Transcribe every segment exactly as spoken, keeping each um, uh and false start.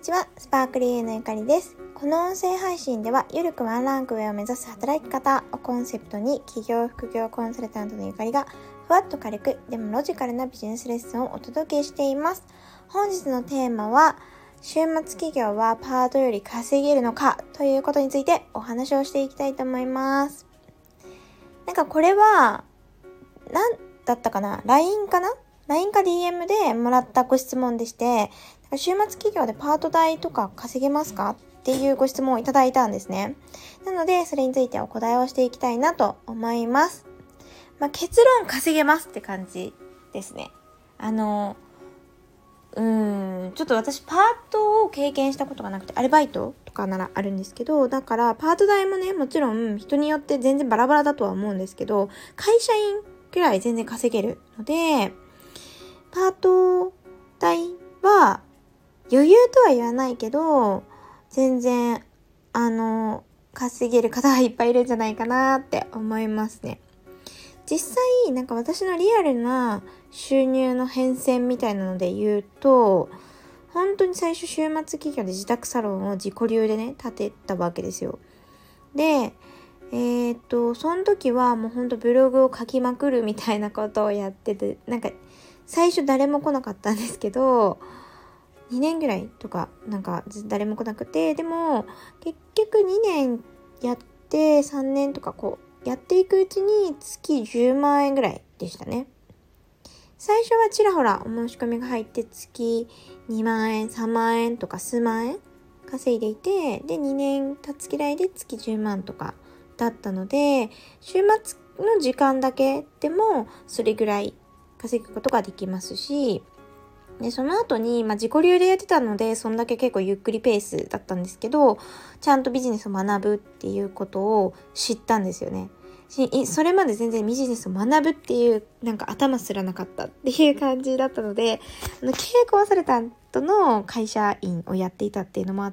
ちは、スパークリーのゆかりです。この音声配信では、ゆるくワンランク上を目指す働き方をコンセプトに、企業副業コンサルタントのゆかりが、ふわっと軽く、でもロジカルなビジネスレッスンをお届けしています。本日のテーマは、週末企業はパートより稼げるのかということについてお話をしていきたいと思います。なんかこれは、なんだったかな ?ライン かな ライン か ディーエム でもらったご質問でして、週末企業でパート代とか稼げますかっていうご質問をいただいたんですね。なので、それについてお答えをしていきたいなと思います。まあ、結論稼げますって感じですね。あの、うーん、ちょっと私パートを経験したことがなくて、アルバイトとかならあるんですけど、だからパート代もね、もちろん人によって全然バラバラだとは思うんですけど、会社員くらい全然稼げるので、パート代は余裕とは言わないけど、全然、あの、稼げる方はいっぱいいるんじゃないかなって思いますね。実際、なんか私のリアルな収入の変遷みたいなので言うと、本当に最初週末企業で自宅サロンを自己流でね、建てたわけですよ。で、えーっと、その時はもう本当ブログを書きまくるみたいなことをやってて、なんか最初誰も来なかったんですけど、にねんぐらいとかなんか誰も来なくて、でも結局にねんやってさんねんとかこうやっていくうちに月じゅうまんえんぐらいでしたね。最初はちらほらお申し込みが入って月にまんえんさんまんえんとか数万円稼いでいて、でにねん経つぐらいで月じゅうまんとかだったので、週末の時間だけでもそれぐらい稼ぐことができますし、で、その後に、まあ、自己流でやってたので、そんだけ結構ゆっくりペースだったんですけど、ちゃんとビジネスを学ぶっていうことを知ったんですよね。それまで全然ビジネスを学ぶっていう、なんか頭すらなかったっていう感じだったので、あの経営コンサルタントの会社員をやっていたっていうのもあって、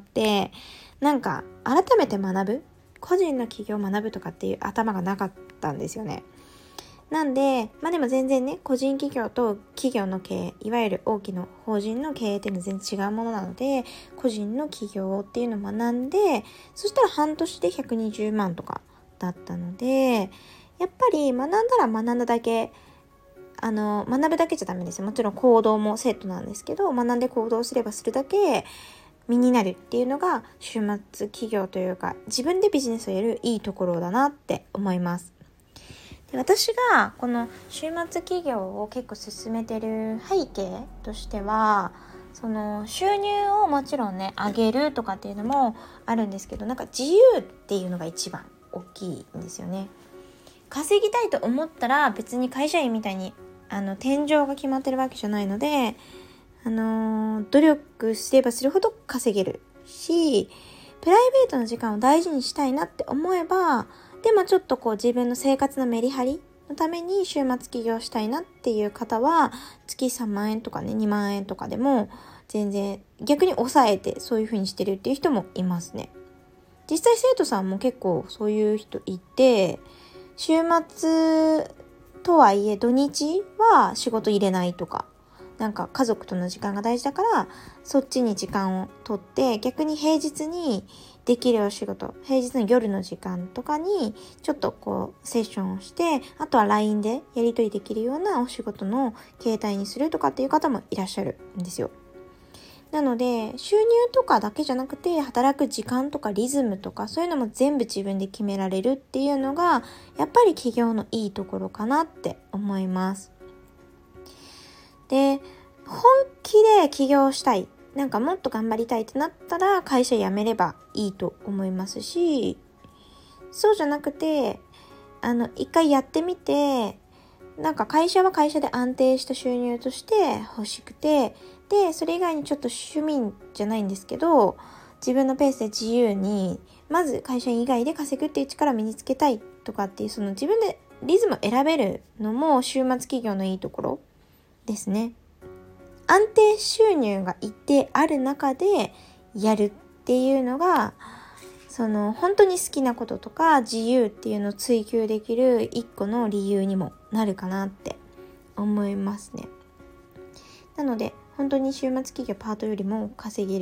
なんか改めて学ぶ、個人の企業を学ぶとかっていう頭がなかったんですよね。なんで、まあでも全然ね、個人企業と企業の経営、いわゆる大きな法人の経営っていうのは全然違うものなので、個人の企業っていうのを学んで、そしたら半年でひゃくにじゅうまんとかだったので、やっぱり学んだら学んだだけ、あの、学ぶだけじゃダメですよ。もちろん行動もセットなんですけど、学んで行動すればするだけ身になるっていうのが週末企業というか、自分でビジネスをやるいいところだなって思います。私がこの週末企業を結構進めてる背景としては、その収入をもちろんね上げるとかっていうのもあるんですけど、なんか自由っていうのが一番大きいんですよね。稼ぎたいと思ったら別に会社員みたいにあの天井が決まってるわけじゃないので、あのー、努力すればするほど稼げるし、プライベートの時間を大事にしたいなって思えば、でもちょっとこう自分の生活のメリハリのために週末起業したいなっていう方は月さんまんえんとかねにまんえんとかでも全然逆に抑えてそういう風にしてるっていう人もいますね。実際生徒さんも結構そういう人いて、週末とはいえ土日は仕事入れないとか、なんか家族との時間が大事だからそっちに時間を取って逆に平日にできるお仕事、平日の夜の時間とかにちょっとこうセッションをして、あとは ライン でやり取りできるようなお仕事の形態にするとかっていう方もいらっしゃるんですよ。なので収入とかだけじゃなくて働く時間とかリズムとかそういうのも全部自分で決められるっていうのがやっぱり企業のいいところかなって思います。で、本気で起業したい、なんかもっと頑張りたいってなったら会社辞めればいいと思いますし、そうじゃなくて、あの、一回やってみて、なんか会社は会社で安定した収入として欲しくて、で、それ以外にちょっと趣味じゃないんですけど、自分のペースで自由に、まず会社員以外で稼ぐっていう力を身につけたいとかっていう、その自分でリズムを選べるのも週末企業のいいところですね。安定収入が一定ある中でやるっていうのが、その本当に好きなこととか自由っていうのを追求できる一個の理由にもなるかなって思いますね。なので本当に週末企業パートよりも稼げる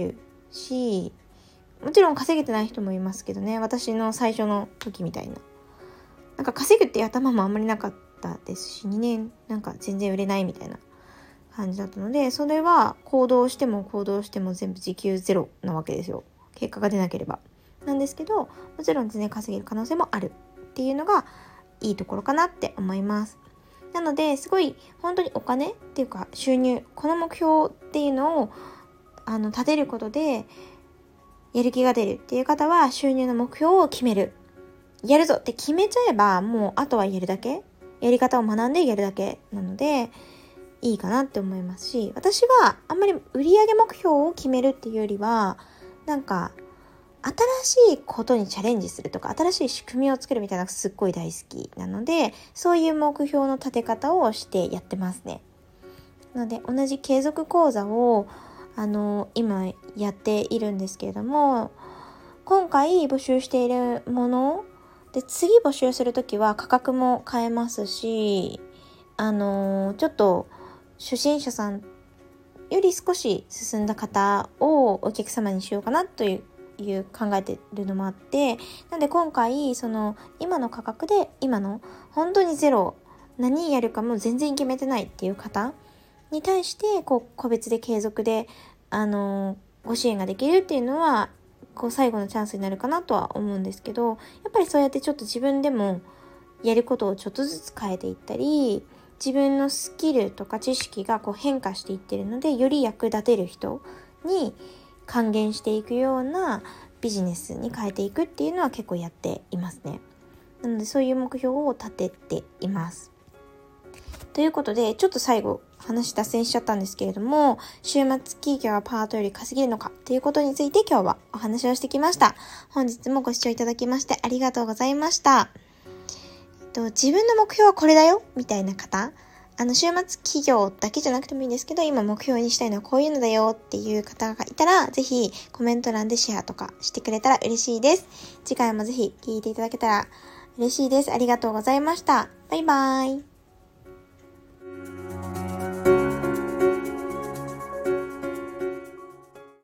し、もちろん稼げてない人もいますけどね、私の最初の時みたいな。なんか稼ぐっていう頭もあんまりなかったですし、にねんなんか全然売れないみたいな感じだったので、それは行動しても行動しても全部時給ゼロなわけですよ。結果が出なければ。なんですけど、もちろん全然稼げる可能性もあるっていうのがいいところかなって思います。なので、すごい本当にお金っていうか収入、この目標っていうのをあの立てることでやる気が出るっていう方は、収入の目標を決める。やるぞって決めちゃえば、もうあとはやるだけ。やり方を学んでやるだけなので、いいかなって思いますし、私はあんまり売上目標を決めるっていうよりは、なんか新しいことにチャレンジするとか、新しい仕組みを作るみたいなのがすっごい大好きなので、そういう目標の立て方をしてやってますね。なので、同じ継続講座をあの今やっているんですけれども、今回募集しているもので、次募集するときは価格も変えますし、あのちょっと初心者さんより少し進んだ方をお客様にしようかなといういう考えてるのもあって、なので今回その今の価格で、今の本当にゼロ、何やるかも全然決めてないっていう方に対して、こう個別で継続であのご支援ができるっていうのは、こう最後のチャンスになるかなとは思うんですけど、やっぱりそうやってちょっと自分でもやることをちょっとずつ変えていったり、自分のスキルとか知識がこう変化していってるので、より役立てる人に還元していくようなビジネスに変えていくっていうのは結構やっていますね。なので、そういう目標を立てています。ということで、ちょっと最後話脱線しちゃったんですけれども、週末企業はパートより稼げるのかということについて今日はお話をしてきました。本日もご視聴いただきましてありがとうございました。えっと、自分の目標はこれだよみたいな方、あの週末企業だけじゃなくてもいいんですけど、今目標にしたいのはこういうのだよっていう方がいたら、ぜひコメント欄でシェアとかしてくれたら嬉しいです。次回もぜひ聞いていただけたら嬉しいです。ありがとうございました。バイバイ。